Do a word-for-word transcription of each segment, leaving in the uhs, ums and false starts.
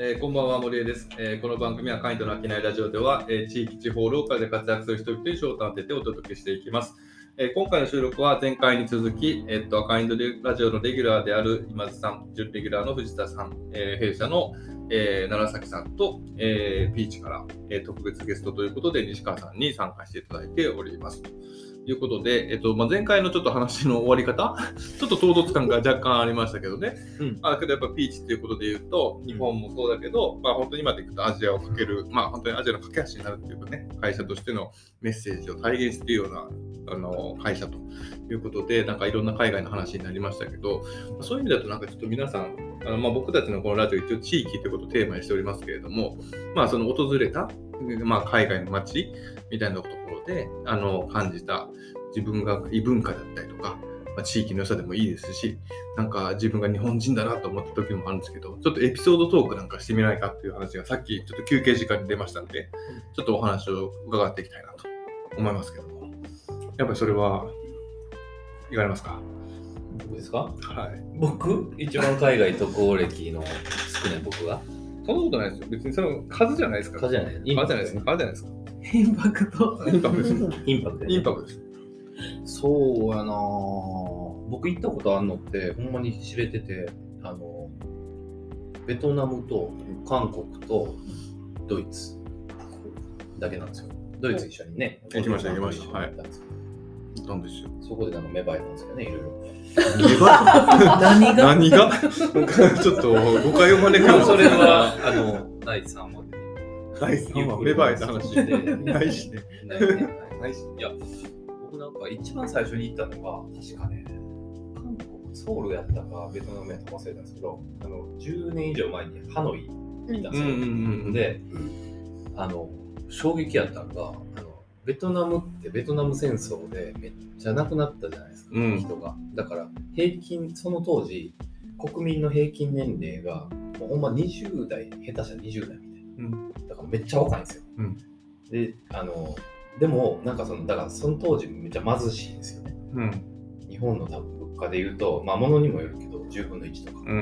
えー、こんばんは、森江です。えー、この番組はカインドの商いラジオでは、えー、地域、地方、ローカルで活躍する人々に焦点を当ててお届けしていきます。えー、今回の収録は前回に続き、えー、とカインドラジオのレギュラーである今津さん、準レギュラーの藤田さん、えー、弊社の、えー、楢崎さんと、えー、ピーチから、えー、特別ゲストということで西川さんに参加していただいております。ということで、えっとまあ、前回のちょっと話の終わり方ちょっと唐突感が若干ありましたけどね、うん、あけどやっぱピーチっていうことで言うと日本もそうだけど、まあ、本当に今でいくとアジアをかける、まあ、本当にアジアの架け橋になるっていうかね、会社としてのメッセージを体現しているようなあの会社ということで、なんかいろんな海外の話になりましたけど、そういう意味だとなんかちょっと皆さんあの、まあ、僕たちのこのラジオ一応地域ということをテーマにしておりますけれども、まあ、その訪れた、まあ、海外の街みたいなところであの感じた自分が異文化だったりとか、まあ、地域の良さでもいいですし、なんか自分が日本人だなと思った時もあるんですけど、ちょっとエピソードトークなんかしてみないかっていう話がさっきちょっと休憩時間に出ましたので、ちょっとお話を伺っていきたいなと思いますけども、やっぱりそれはいかれますか？ 僕ですか？ はい。 僕一番海外渡航歴の少ない僕がそんなことないですよ。別にその数じゃないですか。 数じゃない。 数じゃないですか。数じゃないですか。 インパクト。 インパクトです。 インパクト、ね。 インパクトです。 そうやな。僕行ったことあるのってほんまに知れてて、あのベトナムと韓国とドイツだけなんですよ。ドイツ一緒にね。 行きました行きました。はい。行ったんですよ。 そこでなんか芽生えたんですよね、いろいろ。 何が何がちょっと誤解を招くよ。 それはあの第三話で。 第三話芽生えた話でないしね。 ないし。いや。僕なんか一番最初に行ったのが確かね、韓国ソウルやったかベトナムやったか忘れたんですけど、あのじゅうねん以上前にハノイに行ったんですよ。うんうんうん、で、あの衝撃やったのが、あのベトナムってベトナム戦争でめっちゃ亡くなったじゃないですか、うん、人が。だから平均その当時国民の平均年齢がもうほんまにじゅう代、下手したらにじゅう代みたいな。うん、だからめっちゃ若いんですよ。うん、で、あのでもなんかそのだからその当時めっちゃ貧しいんですよね。うん、日本の多分物価で言うと、まあ物にもよるけどじゅうぶんのいちとか。うん、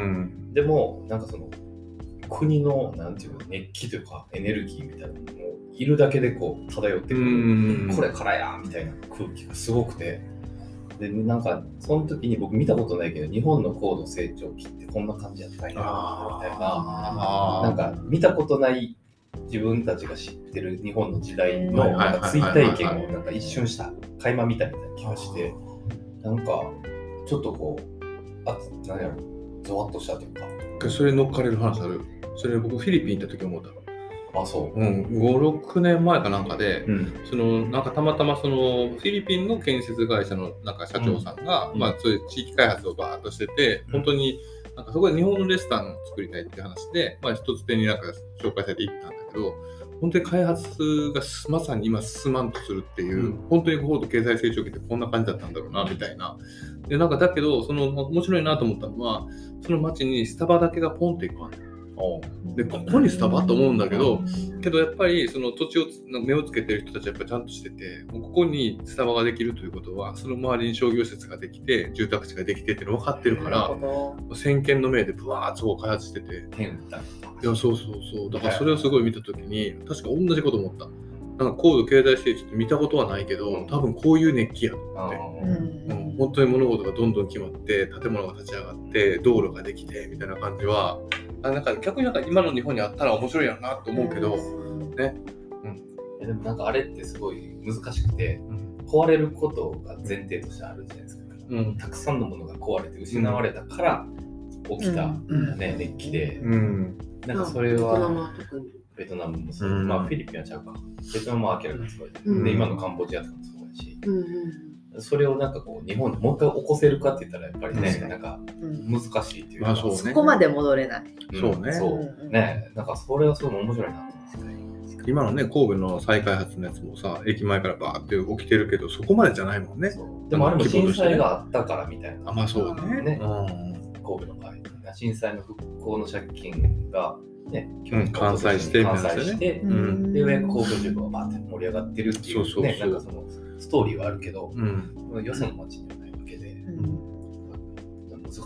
でもなんかその国のなんていうの熱気というかエネルギーみたいなのもいるだけでこう漂ってくる。うん、これからやみたいな空気がすごくて、でなんかその時に僕見たことないけど日本の高度成長期ってこんな感じやったんやみたいな、なんか見たことない自分たちが知ってる日本の時代のなんか追体験をなんか一瞬した垣間見たみたいな気がして、なんかちょっとこうあ何やろゾワッとしたというか。 それ乗っかれる話ある。それ僕フィリピン行った時思ったの。 あ、そう。 うん、ご、ろくねんまえかなんかで、うん、そのなんかたまたまそのフィリピンの建設会社のなんか社長さんが、うん、まあそういう地域開発をバーッとしてて、うん、本当になんかそこで日本のレストランを作りたいっていう話で、まあ一つ手になんか紹介されて行ったんだけど、本当に開発がまさに今進まんとするっていう、うん、本当に高度経済成長期ってこんな感じだったんだろうなみたいな。でなんかだけどその面白いなと思ったのは、その街にスタバだけがポンっていくわけ。でここにスタバと思うんだけど、けどやっぱりその土地を目をつけてる人たちはやっぱちゃんとしてて、もうここにスタバができるということはその周りに商業施設ができて住宅地ができてっていうの分かってるから、先見の明でブワーッと開発してて、いやそうそうそう、だからそれをすごい見た時に確か同じこと思った。なんか高度経済成長って見たことはないけど、多分こういう熱気やと思って、うん、本当に物事がどんどん決まって建物が立ち上がって道路ができてみたいな感じは、なんか逆になんか今の日本にあったら面白いやろなと思うけど、ね、うん、 でもなんかあれってすごい難しくて、うん、壊れることが前提としてあるじゃないですか、うん、たくさんのものが壊れて失われたから起きた、うんね、熱気で、うん、なんかそれはベトナムもそう、うん、まあフィリピンはちゃうか、ベトナムは明らかにそうで、うん、で今のカンボジアとかもそうだし、うん、それをなんかこう日本でもう一回起こせるかって言ったらやっぱりね、うん、なんか難しいっていうか、 まあそうね、そこまで戻れない。 うん、そうね。 そうね、なんかそれはすごい面白いなと思って。 今のね神戸の再開発のやつもさ、駅前からバーって起きてるけどそこまでじゃないもんね。 でもあれも震災があったからみたいな。 あ、まあそうね。ね、 うん、神戸の場合、震災の復興の借金がね、 うん、関西して関西して、うん、で上神戸中部がバーって盛り上がってるっていう、ね、そうそうそう、なんかそのストーリーはあるけど、うん、よその町にはないわけで、うん、難しいねこれ。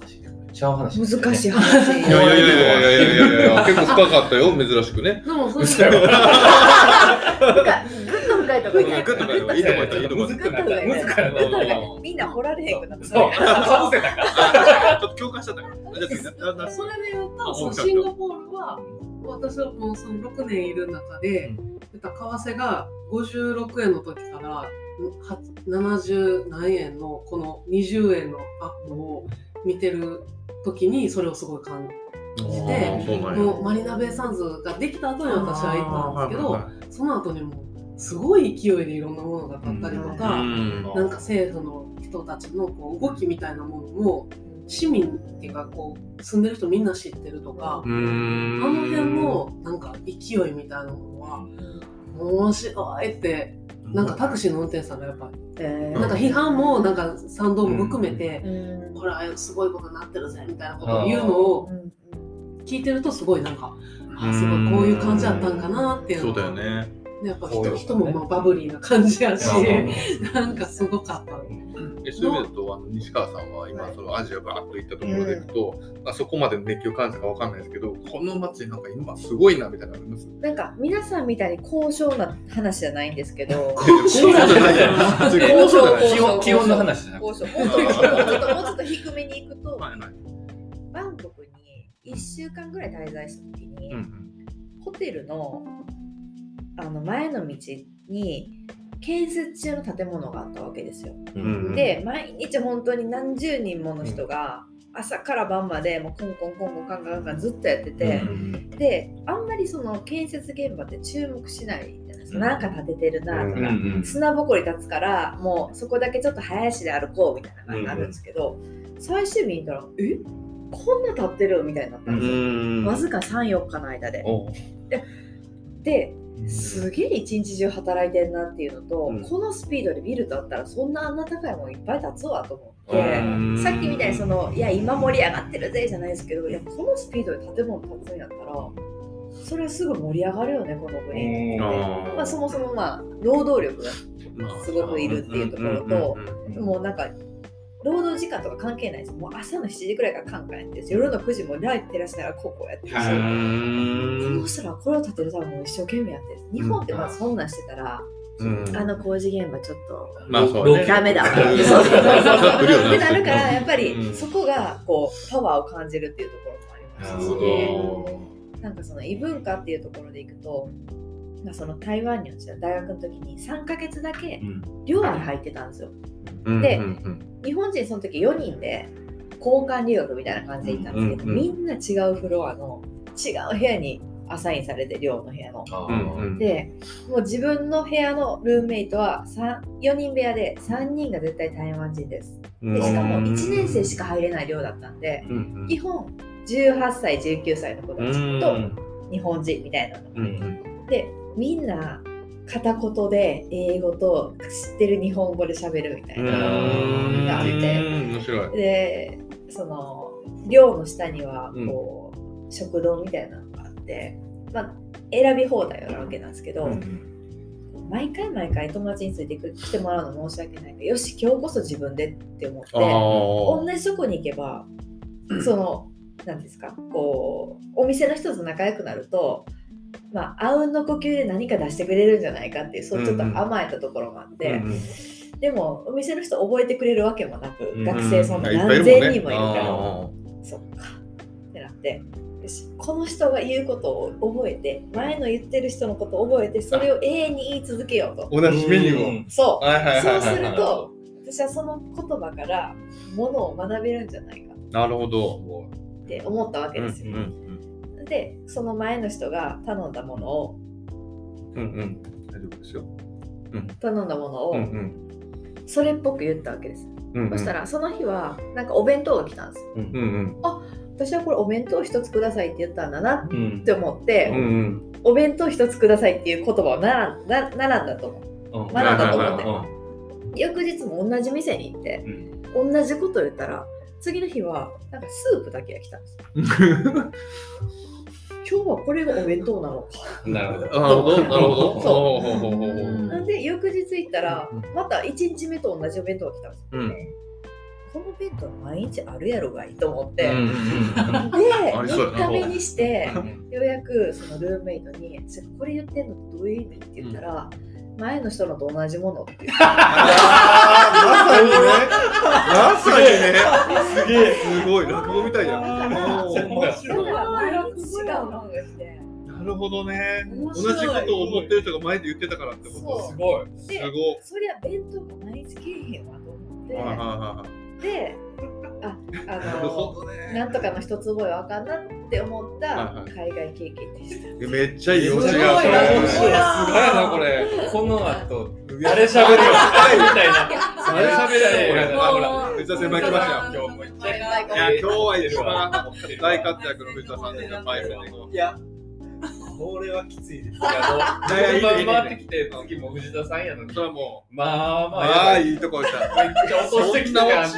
ちゃう話、 難しい話。 いやいやいやいやいやいやいや結構深かったよ、珍しくね。 でもそうしたら、なんかグッと深いところに。 グッと深いとこいいとこいったいいとこむずくなったむずくなったみんな掘られへんくなった。 そうかぶせたからちょっと共感しちゃったから。じゃあななそれで言うと、そのシンガポールは私はもうそのろくねんいる中で、為替がごじゅうろくえんの時からななじゅう何円のこのにじゅうえんのアップを見てる時にそれをすごい感じて、もうマリーナベイサンズができた後に私は行ったんですけど、その後にもすごい勢いでいろんなものが立ったりとか、なんか政府の人たちのこう動きみたいなものも市民っていうかこう住んでる人みんな知ってるとか、あの辺のなんか勢いみたいなものは面白いって、なんかタクシーの運転手さんがやっぱり、えー、なんか批判もなんか賛同も含めて、うん、これはすごいことになってるぜみたいなことを言うのを聞いてるとすごいなんか、あ、すごいこういう感じだったんかなっていうのが。 そうだよね。 やっぱ 人, 人もまあバブリーな感じやし、なんかすごかった。 えそういう意味だと、あの西川さんは今そのアジアバーッと行ったところでいくと、うん、まあ、そこまでの熱狂感じかわかんないですけど、この街なんか今すごいなみたいなのあります？ なんか皆さんみたいに高尚な話じゃないんですけど、 高尚じゃないやん。高尚じゃない。 気温気温の話じゃなくて、 もうちょっともうちょっと低めに行くと、はいはい、バンコクにいっしゅうかんぐらい滞在した時に、うん、ホテルのあの前の道に建設中の建物があったわけですよ、うん、で毎日本当に何十人もの人が朝から晩までもうコンコンコンコンカンカンカンずっとやってて、うん、であんまりその建設現場って注目しないじゃないですか、うん、なんか建ててるなとか、うん、砂ぼこり立つからもうそこだけちょっと早足で歩こうみたいな感じになるんですけど、うん、最終日見たらえこんな建ってるみたいになったんですよ、うん、わずか さんよっかの間でで、ですげえ一日中働いてるなっていうのと、うん、このスピードでビルとあったらそんなあんな高いものいっぱい建つわと思って、さっきみたいにそのいや今盛り上がってるぜじゃないですけど、いやこのスピードで建物建つんやったらそれはすぐ盛り上がるよねこの国って、まあ、そもそもまあ労働力がすごくいるっていうところと、もうなんか労働時間とか関係ないです。もう朝のしちじくらいからカンカンやってるし、夜のくじもライト照らしながらこうこうやってるし、この人らこれを建てるために一生懸命やってる。日本ってまあそんなんしてたら、うん、あの工事現場ちょっと、まあそうね、ダメだわってなるからやっぱりそこがこうパワーを感じるっていうところもありますし、なんかその異文化っていうところでいくと、まあ、その台湾に落ちた大学の時にさんかげつだけ寮に入ってたんですよ。で、うんうんうん、日本人その時よにんで交換留学みたいな感じで行ったんですけど、うんうんうん、みんな違うフロアの違う部屋にアサインされて、寮の部屋の、うんうん、でもう自分の部屋のルームメイトはよにん部屋でさんにんが絶対台湾人です。でしかもいちねん生しか入れない寮だったんで、うんうん、基本じゅうはっさいじゅうきゅうさいの子たちと日本人みたいなの、うんうん、でみんな片言で英語と知ってる日本語で喋るみたいなのがあって、面白い。でその寮の下にはこう、うん、食堂みたいなのがあって、まあ、選び放題なわけなんですけど、うん、毎回毎回友達についてきてもらうの申し訳ないけど、よし今日こそ自分でって思って、同じとこに行けばその何ですか、こうお店の人と仲良くなると、まあ、あうんの呼吸で何か出してくれるんじゃないかっていう、そうちょっと甘えたところもあって、うんうん、でもお店の人覚えてくれるわけもなく、うんうん、学生そんな何千人もいるから、うん、そっかってなって、よしこの人が言うことを覚えて、前の言ってる人のことを覚えて、それを永遠に言い続けようと。 同じメニューを。 そう。そうすると、私はその言葉からものを学べるんじゃないか。 なるほど。 って思ったわけですよ。うんうんうん、で、その前の人が頼んだものを、 うんうん、大丈夫ですよ。 うん、頼んだものを、うんうん、それっぽく言ったわけです。うんうん、そしたらその日はなんかお弁当が来たんです。うんうん、あ、私はこれお弁当一つくださいって言ったんだなって思って、うんうんうん、お弁当一つくださいっていう言葉をならんだと思う、うん、学んだと思って、うん、翌日も同じ店に行って、うん、同じこと言ったら、次の日はなんかスープだけが来たんです今日はこれがお弁当なのか。 なるほど。 なるほど。なるほど。 そう。なんで翌日行ったらまたいちにちめと同じお弁当が来たんです。うん、 この弁当毎日あるやろがいいと思って、 うんうんうん、 でありそうやなみっかめにしてようやくそのルームメイトにこれ言ってんのどういう意味って言ったら、うん、前の人のと同じものって言ってまさにねまさにねすげえすごい落語みたいやん。 だから毎日違うものが来て、 なるほどね。同じことを思ってる人が前で言ってたからってこと。 すごい。 すごい。そりゃ弁当が毎日けえへんわと思って。はははで、あ、あのなるほどね。なんとかの一つ覚えわかんなって思った海外経験でした。 めっちゃいいオチが。すごいなこれ。 この後あれ喋るよみたいな。 あれ喋るよこれ。ほら藤田先輩来ましたよ。今日も。いや今日は一番大活躍の藤田さんが前で。 いや。これはきついです。あの、回ってきて次も藤田さんやのに。 それはもう、まあまあ、 まあいいとこした。 めっちゃ落としてきたやんと。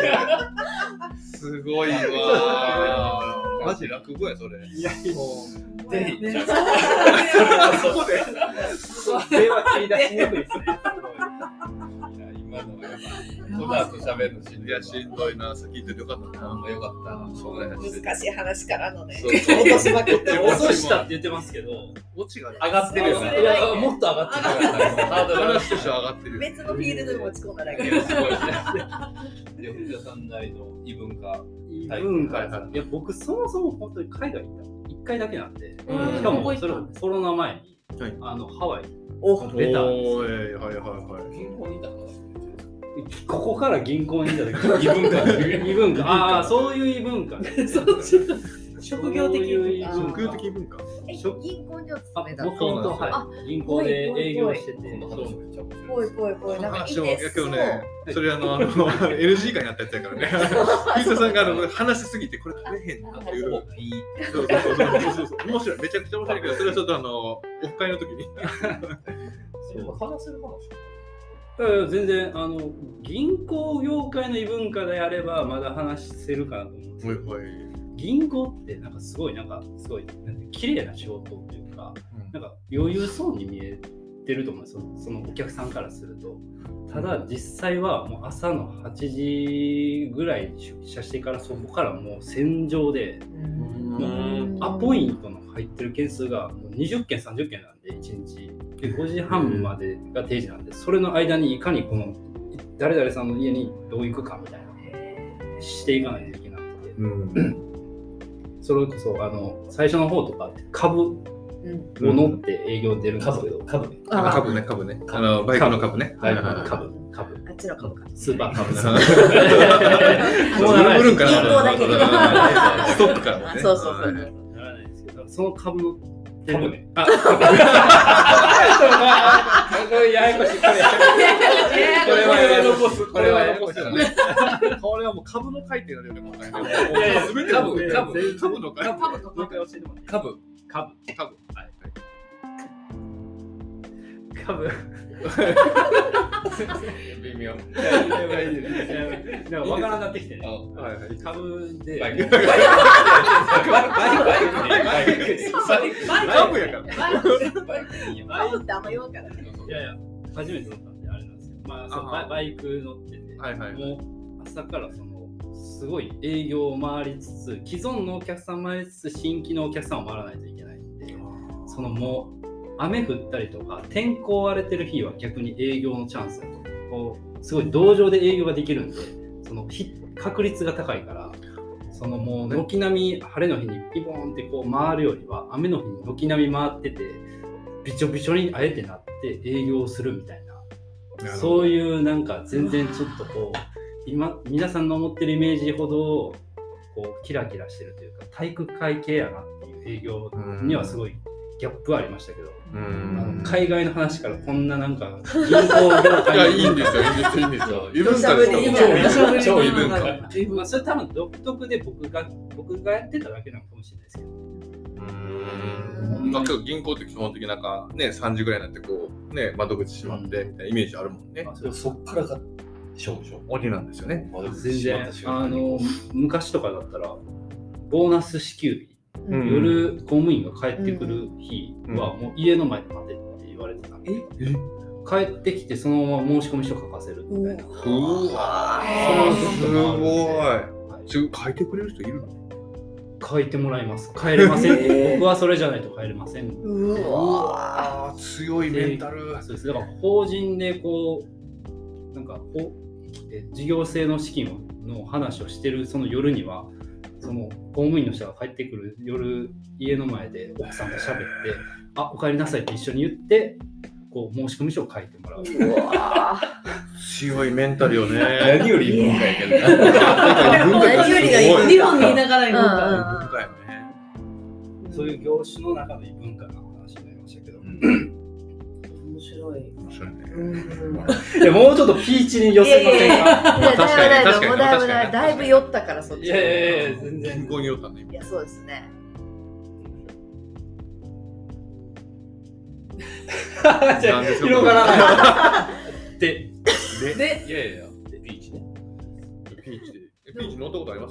すごいわ。マジ落語やそれ。いやもうぜひ。 そこで。 それは切り出しにくいですね。今のはやばい。この後喋るのしんどい。 いやしんどいな。先言ってよかったな。 よかった。 そうね。 難しい話からのね。 落としまくって落としたって言ってますけど、 落ちが上がってるよね。いやもっと上がってる。 ハードル話としては上がってる。 別のフィールドに持ち込んだだけ。 すごいですね。で藤田さんなりの異文化。 異文化や。いや僕そもそも本当に海外行った一回だけなんで、しかもそれコロナ前にあのハワイ出たんですよ。 はいはいはい。 銀行にいたから。 ここから銀行にいただけ異文化異文化ああそういう異文化職業的異文化職業的異文化銀行に勤めたもともとはい銀行で営業しててぽいぽいぽいなんかいいですそうねそれあの エヌジー 会にあったやつやからね藤田さんが話しすぎてこれ食べへんなっていうそうそうそうそう面白いめちゃくちゃ面白いけどそれはちょっとあのオフ会の時に話せる話全然あの銀行業界の異文化であればまだ話せるかなと思うんですけど、はいはい、銀行ってなんかすごいなんかすごいなんて綺麗な仕事というか、うん、なんか余裕そうに見えてると思うんですよそのお客さんからすると。ただ実際はもう朝のはちじぐらいに出社してからそこからもう戦場でもうアポイントの入ってる件数がもうにじゅっけんさんじゅっけんなんでいちにち。でごじはんまでが定時なんで、それの間にいかにこの誰々さんの家にどう行くかみたいなしていかないといけなくて、うん、それこそあの最初の方とかって株を乗って営業出るんですけど、 うん、株ね株ね株ねあのバイクの株ねバイクの株株あっちの株かスーパー株もうなるんかな銀行だけでストックからもねそうそうそうならないですけどその株の株ね。 あ、株。これややこしい。これはややこしい。これはややこしい。 これはもう株の回転のような問題で。 株、株、株、 株の回転。 株の回転教えてもらって。 株、 株、 株。 はい。株。 微妙。 でも分からなってきてね。株で。バイク。 バイク。株やから。 株ってあんま言わんからね。 いやいや、初めて乗ったんであれなんですよ。まあ、バイク乗ってて、もう朝からそのすごい営業を回りつつ、既存のお客さん回りつつ、新規のお客さんを回らないといけないんで、そのもう雨降ったりとか天候荒れてる日は逆に営業のチャンスだと、こうすごい同情で営業ができるんで、その確率が高いから。そのもう軒並み晴れの日にピボンってこう回るよりは雨の日に軒並み回っててびちょびちょにあえてなって営業するみたいな、そういうなんか全然ちょっとこう今皆さんの思ってるイメージほどこうキラキラしてるというか体育会系やなっていう営業にはすごいギャップはありましたけど、うん、あの海外の話からこんななんか銀行業界いやいいんですよいいんですよいいんですよ異文化です超異文化、 まあ、それ多分独特で僕が僕がやってただけなのかもしれないですけど、うーん、まあ、今日銀行って基本的になんかねさんじぐらいになってこうね窓口閉まってみたいなイメージあるもんね、 うん、そっからが勝負鬼なんですよね。 全然あの昔とかだったらボーナス支給日うん、夜公務員が帰ってくる日はもう家の前で待てって言われてたんで、ええ帰ってきてそのまま申し込み書書かせるみたいな。 うわーすごい。書いてくれる人いるの？ 書いてもらいます。帰れません。僕はそれじゃないと帰れません。 うわ強いメンタル。 そうです。だから法人でこうなんかこう事業性の資金の話をしてるその夜には、その公務員の人が帰ってくる夜家の前で奥さんと喋って、あお帰りなさいって一緒に言って。こう申し込み書を書いてもらう。 うわ強いメンタルよね。 何より異文化やけど何よりがいい。 日本にいながら異文化。 文化よね。 そういう業種の中の異文化の話になりましたけど。 面白い。 面白いね。 いやもうちょっとピーチに寄せませんか。 確かに確かにだいぶだいぶ酔ったからそっち。 いやいやいや全然。 健康に酔ったね。 いやそうですね。 広がらないでででいやいやピーチね。 ピーチでピーチ乗ったことあります？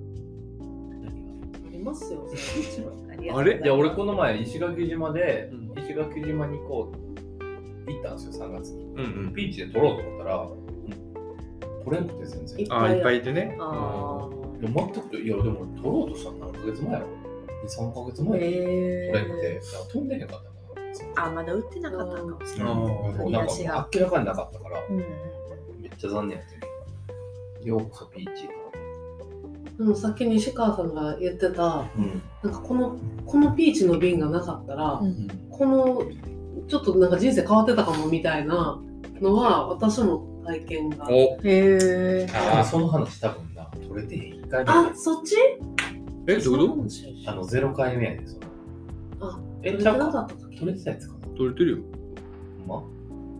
ありますよ。 あれ？ いや俺この前石垣島で石垣島に行こう行ったんですよさんがつに。 うんうん。 ピーチで取ろうと思ったら取れんくて全然。 あいっぱいいてね。 あでも全くいやでも取ろうとしたの何ヶ月前やろ。に、さんかげつ前に取へれんくて飛んでへんかったかな。 あまだ売ってなかったかもしれない。 もうなんか足が明らかになかったからうんめっちゃ残念やってる。ようこそピーチ。 でもさっき西川さんが言ってた、 うんなんかこのこのピーチの瓶がなかったら、 うんこのちょっとなんか人生変わってたかもみたいなのは私も体験が。 おへえ。 ああその話多分な取れてへんいっかいめあ、そっち？ えどういうこあのゼロかいめやでその。 あ、 え取れてなかった時。 取れてたやつかな。 と？取れてるよ。 ほんま？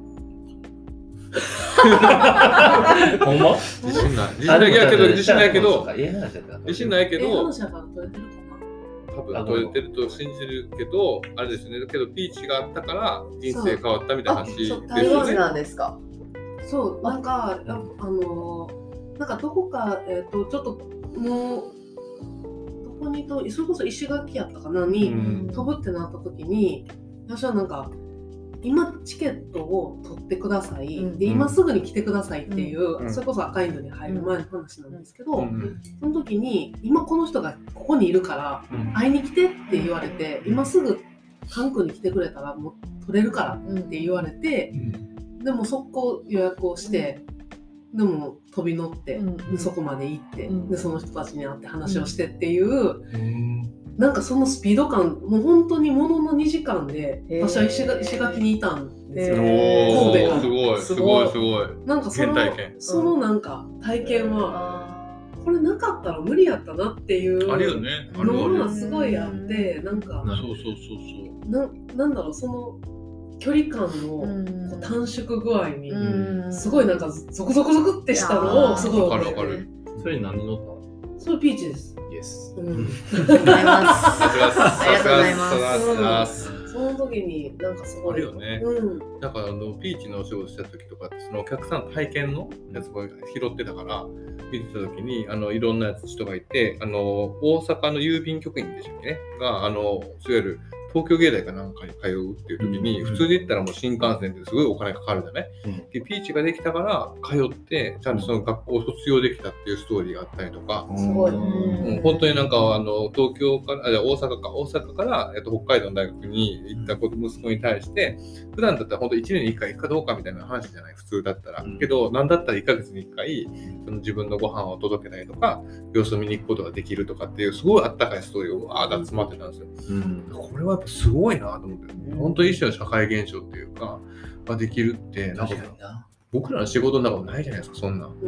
ほんま？ 自信ない。自信ないけど自信ないけどええ話やった自信ないけえ、 ど話だから取れてるか多分取れてると信じるけどあれですね。だけどピーチがあったから人生変わったみたいな話ですそうピーチよね。 なんですか。 な？そう、なんかやっぱあのなんかどこかえっとちょっともうどこにとそれこそ石垣やったかなに。 うん飛ぶってなった時に私はなんか今チケットを取ってください、 うん、 で今すぐに来てくださいっていう、 うん、 それこそ赤インドに入る前の話なんですけど、 うんうんその時に今この人がここにいるからうん会いに来てって言われて、今すぐ関空に来てくれたらもう取れるからって言われて、でも速攻予約をして、でも飛び乗って、 うん、 そこまで行って、 うん、 でその人たちに会って話をしてっていう、 うんなんかそのスピード感、もう本当にもののにじかんで私は石垣、石垣にいたんですよ。 お神戸からーすごいすごいすごい。 なんかその原体験そのなんか体験は、これなかったら無理やったなっていうあるよね。あるある。 のがすごいあって、なんかそうそうそうそう。 ななんだろう、その距離感のこう短縮具合にすごいなんかゾクゾクゾクってしたのをすごい覚えてわかるわかる。 それ何に乗ったの？ それピーチです。 イエス。 うん、 ありがとうございます。 さすがありがとうございますさすがですその時になんかすごいあるよね。 うん、 なんかあのピーチのお仕事した時とかってそのお客さんの体験のやつを拾ってたから見てた時にあのいろんなやつ人がいてあの大阪の郵便局員でしたっけねがあのいわゆる東京芸大かなんかに通うっていう時に、うん、普通で言ったらもう新幹線ですごいお金かかるじゃない、うん、でピーチができたから通ってちゃんとその学校を卒業できたっていうストーリーがあったりとか、 すごい、 うん、本当になんかあの東京からあ大阪か大阪から、えっと、北海道の大学に行った子息子に対して普段だったら本当いちねんにいっかい行くかどうかみたいな話じゃない普通だったら、うん、けどなんだったらいっかげつにいっかいその自分のご飯を届けたりとか様子を見に行くことができるとかっていうすごいあったかいストーリーが集まってたんですよ、うん、これはやっぱすごいなと思って、うん、本当に一種の社会現象っていうかができるってなんか僕らの仕事の中もないじゃないですかそんな、うん、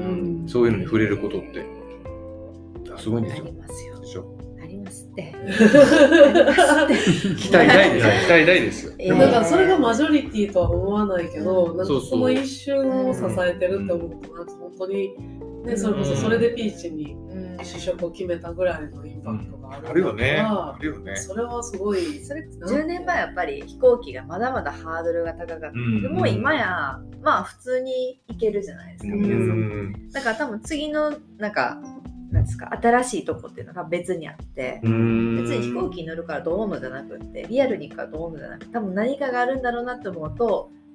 そういうのに触れることってすごいんですよ。 ありますよ。 でしょ。 ありますって。 期待大ですよ。期待大ですよ。 でもだからそれがマジョリティとは思わないけど、なんかその一瞬を支えてるって思うとなんか本当にね、それこそそれでピーチに就職を決めたぐらいのインパクトがあるから、 あるよね。あるよね。 それはすごい。 それじゅうねんまえやっぱり飛行機がまだまだハードルが高かった。でも今やまあ普通に行けるじゃないですか。皆さん。だから多分次のなんか。なんですか新しいとこっていうのが別にあって別に飛行機に乗るからどうのじゃなくってリアルに行くからどうのじゃなくて多分何かがあるんだろうなって思うと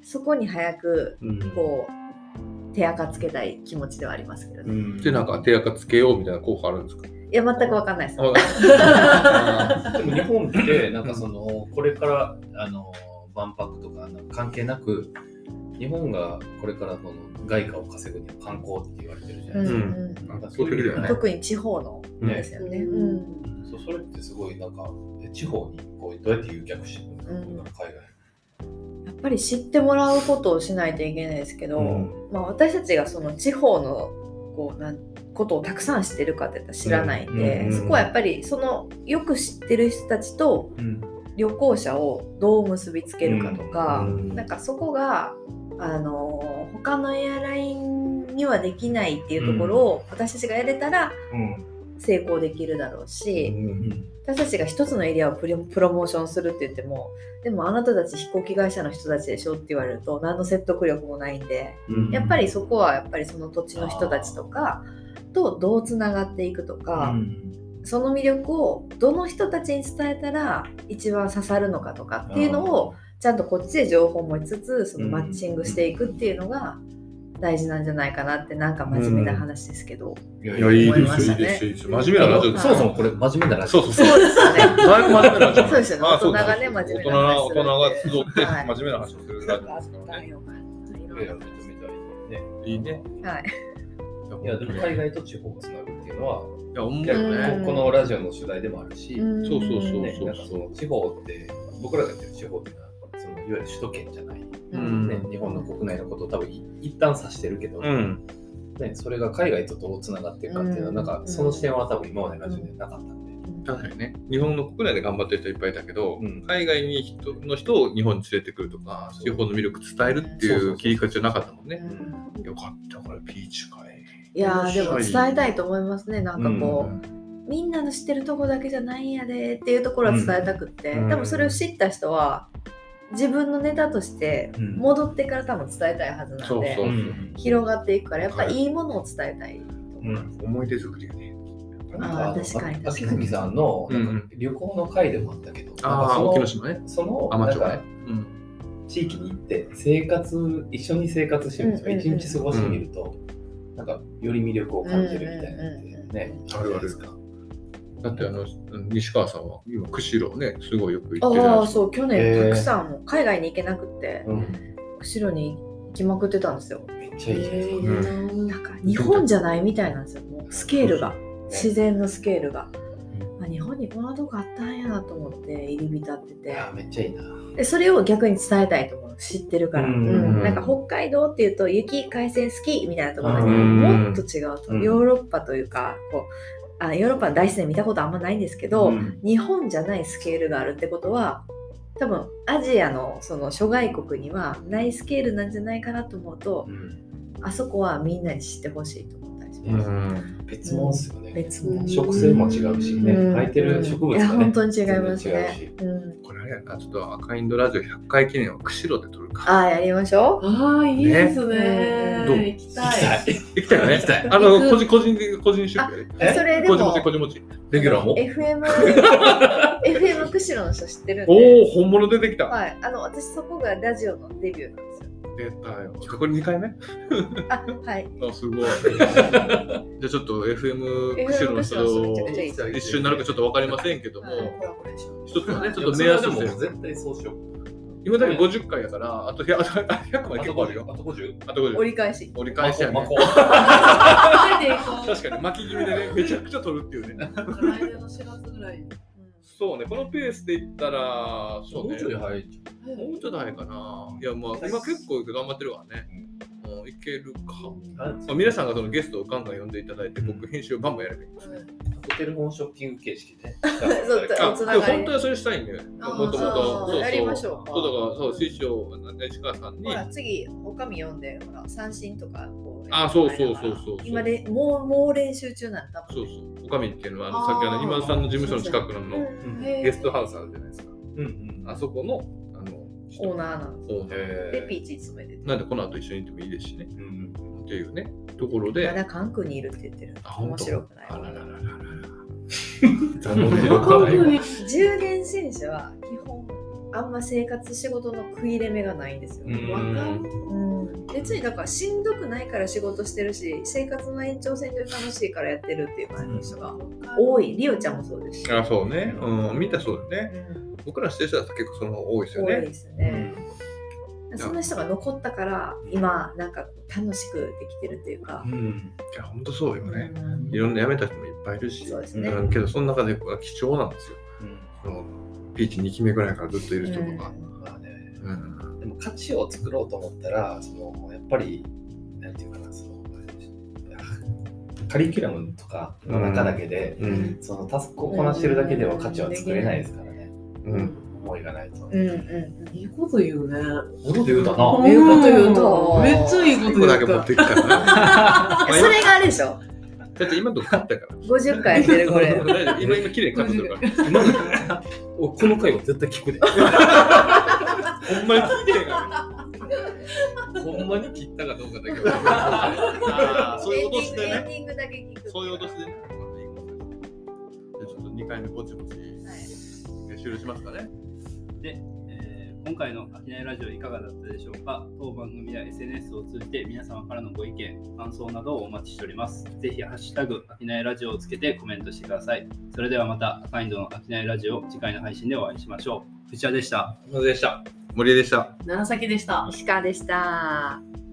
そこに早くこう手垢つけたい気持ちではありますけどね。うん、 でなんか手垢つけようみたいな効果あるんですか？ いや全く分かんないです。でも日本ってなんかそのこれからあの万博とか関係なく日本がこれからこの外貨を稼ぐには観光って言われてるじゃないですか。うんうん、なんかそういう、ね、 特に地方のですよね。ね、うん、 そうそれってすごいなんか地方にこうどうやって誘客してるのか、うん、海外。 やっぱり知ってもらうことをしないといけないですけど、うん、まあ、私たちがその地方のこうなんことをたくさん知ってるかって言ったら知らないんで、うん、そこはやっぱりそのよく知ってる人たちと旅行者をどう結びつけるかとか、うん、なんかそこがあの他のエアラインにはできないっていうところを私たちがやれたら成功できるだろうし、うん、私たちが一つのエリアをプロ、プロモーションするって言っても、でもあなたたち飛行機会社の人たちでしょって言われると何の説得力もないんで、うん、やっぱりそこはやっぱりその土地の人たちとかとどうつながっていくとか、うん、その魅力をどの人たちに伝えたら一番刺さるのかとかっていうのをちゃんとこっちで情報を持ちつつそのマッチングしていくっていうのが大事なんじゃないかなって、なんか真面目な話ですけど、 うん、いやいやいいですよいいですよいいですよ、真面目なラジオ、 そもそもこれ真面目なラジオ、そうそうそうですよね。 だいぶ真面目なラジオ、 そうですよね。大人がね真面目な話する、 大人が集って真面目な話をするラジオですからね。 いやめちゃめちゃいいね。いいね。 はい。 いやでも海外と地方をつなぐっていうのは、 いや思うね。 このラジオの主題でもあるし、 そうそうそうそう、 ね、なんかその地方って僕らが言ってる地方っていうのはそのいわゆる首都圏じゃない。うんね、日本の国内のことを多分一旦指してるけど、うんね、それが海外とどうつながっていくかっていうのは、うん、なんかその視点は多分今までラジオでなかったんで、 うん、確かにね、日本の国内で頑張ってる人いっぱいいたけど、うん、海外に人の人を日本に連れてくるとか、地方の魅力伝えるっていう切り口じゃなかったもんね。よかった、これピーチかい。 いやーでも伝えたいと思いますね。なんかこう、うん、みんなの知ってるとこだけじゃないんやでっていうところは伝えたくって、うん、多分それを知った人は自分のネタとして戻ってから多分伝えたいはずなんで、うん、広がっていくからやっぱいいものを伝えたいと思います、 うん、思い出作りがね。 ああ確かに確かに。 秋月さんのなんか旅行の回でもあったけど、 うん、ああ沖ノ島ね。 そのなんか地域に行って生活一緒に生活してるんですが、一、うんうん、日過ごしてみると、うん、なんかより魅力を感じるみたいなってね、 うんうんうん、あるあるですか。だってあの西川さんは今釧路ねすごいよく行ってる。 ああそう去年たくさんも海外に行けなくて、うん、釧路に行きまくってたんですよ。 めっちゃいいじゃないですか、うん、 なんか日本じゃないみたいなんですよ。もうスケールが、自然のスケールが、うん、あ日本にこんなとこあったんやなと思って入り浸ってて、いやめっちゃいいな。 でそれを逆に伝えたいと思う。知ってるから、うんうん、なんか北海道っていうと雪海鮮スキーみたいなところだけど、もっと違うと、ヨーロッパというかこうあヨーロッパの大自然見たことあんまないんですけど、うん、日本じゃないスケールがあるってことは多分アジアのその諸外国にはないスケールなんじゃないかなと思うと、うん、あそこはみんなに知ってほしいと思ったりします、うん、 別物ですよね、 うん、別物植生も違うしね、うん、生えてる植物がね、 いや本当に違いますね、 うん、これあれやな、ちょっと赤インドラジオひゃっかい記念を釧路で撮るか。 ああやりましょう。 ああいいですね、ね、 どう行きたい行きたいよね。あの個人個人的個人出費でそれでも個人持ち個人持ちレギュラーもエフエム エフエム 釧路の人知ってるんで。 おお本物出てきた。 はいあの私そこがラジオのデビューなんですよ。 出たよ。これにかいめあはいあすごいじゃあちょっと エフエム 釧路の人一緒になるかちょっと分かりませんけども、一つはねちょっと目安も絶対そうしよう。 今だけごじゅっかいだからあとひゃくまで結構あるよ。 あとごじゅうあとごじゅう折り返し折り返しやね。 確かに巻き気味でねめちゃくちゃ取るっていうね。 来年のしがつぐらいにそうね、このペースでいったら、そうね、 もうちょい早いじゃん。もうちょい早いかな。いや、まあ、今結構頑張ってるわね。うん、いけるか。まあ、皆さんがそのゲストをガンガン呼んでいただいて、僕、編集をバンバンやればいいんですね。 ホテル本ショッキング形式で。 そうあ、本当はそれしたいんだよ。もともと。 そうやりましょう。 そうだから、そう、師匠、西川さんに。 ほら、次、おかみ呼んで、ほら、三振とかこう。 あ、そうそうそうそう。 今でもう、もう練習中なんだ。 そうそう。おかみっていうのは、あの、さっきあの、今田さんの事務所の近くのゲストハウスあるじゃないですか。うんうん。あそこの、あの、 オーナーなんですよ。で、ピーチ勤めてて。 なんで、この後一緒に行ってもいいですしね。うん。っていうね、ところで。 まだ関空にいるって言ってる。面白くない。 あらららららら。 充電戦車は基本あんま生活仕事の食い入れ目がないんですよ。 うんわかんうん、別にだからしんどくないから仕事してるし、生活の延長線上楽しいからやってるっていう感じの人が多い。リオちゃんもそうですし。 あ、そうね。うん、見たそうだね。 うん、 僕らしてる人は結構その多いですよね。 多いですね。そんな人が残ったから今なんか楽しくできてるっていうか。 うん。いや本当そうよね。 うん、 いろんな辞めた人もいっぱいいるし、 そうですね。 うん、けどその中で貴重なんですよ。そのピーチにきめぐらいからずっといる人とか。 まあね、 うん、 でも価値を作ろうと思ったら、そのやっぱりなんていうかな、そのカリキュラムとかの中だけで、うん、そのタスクをこなしてるだけでは価値は作れないですからね。うん、思いがないと。 うんうん、 いいこと言うね。 いいこと言うたな。 いいこと言うと。 めっちゃいいこと言うた。 だけ持ってきたな。 それがあれでしょ。 だって今のとこ勝ったから。 ごじゅっかいやってるこれ。 今今綺麗に勝ってるから。 今のこの回は絶対聞くで。 ほんまに聞いてへんから。ほんまに切ったかどうかだけど。ああ、そういう脅しでね。 エンディングだけ聞く。 そういう脅しでね。じゃあちょっとにかいめぼちぼち、はい、終了しますかね。 で、えー、今回の商いラジオいかがだったでしょうか。当番組や エスエヌエス を通じて皆様からのご意見、感想などをお待ちしております。ぜひハッシュタグ商いラジオをつけてコメントしてください。それではまたカインドの商いラジオ次回の配信でお会いしましょう。藤田でした。 野でした。森江でした。 楢崎でした。 石川でした。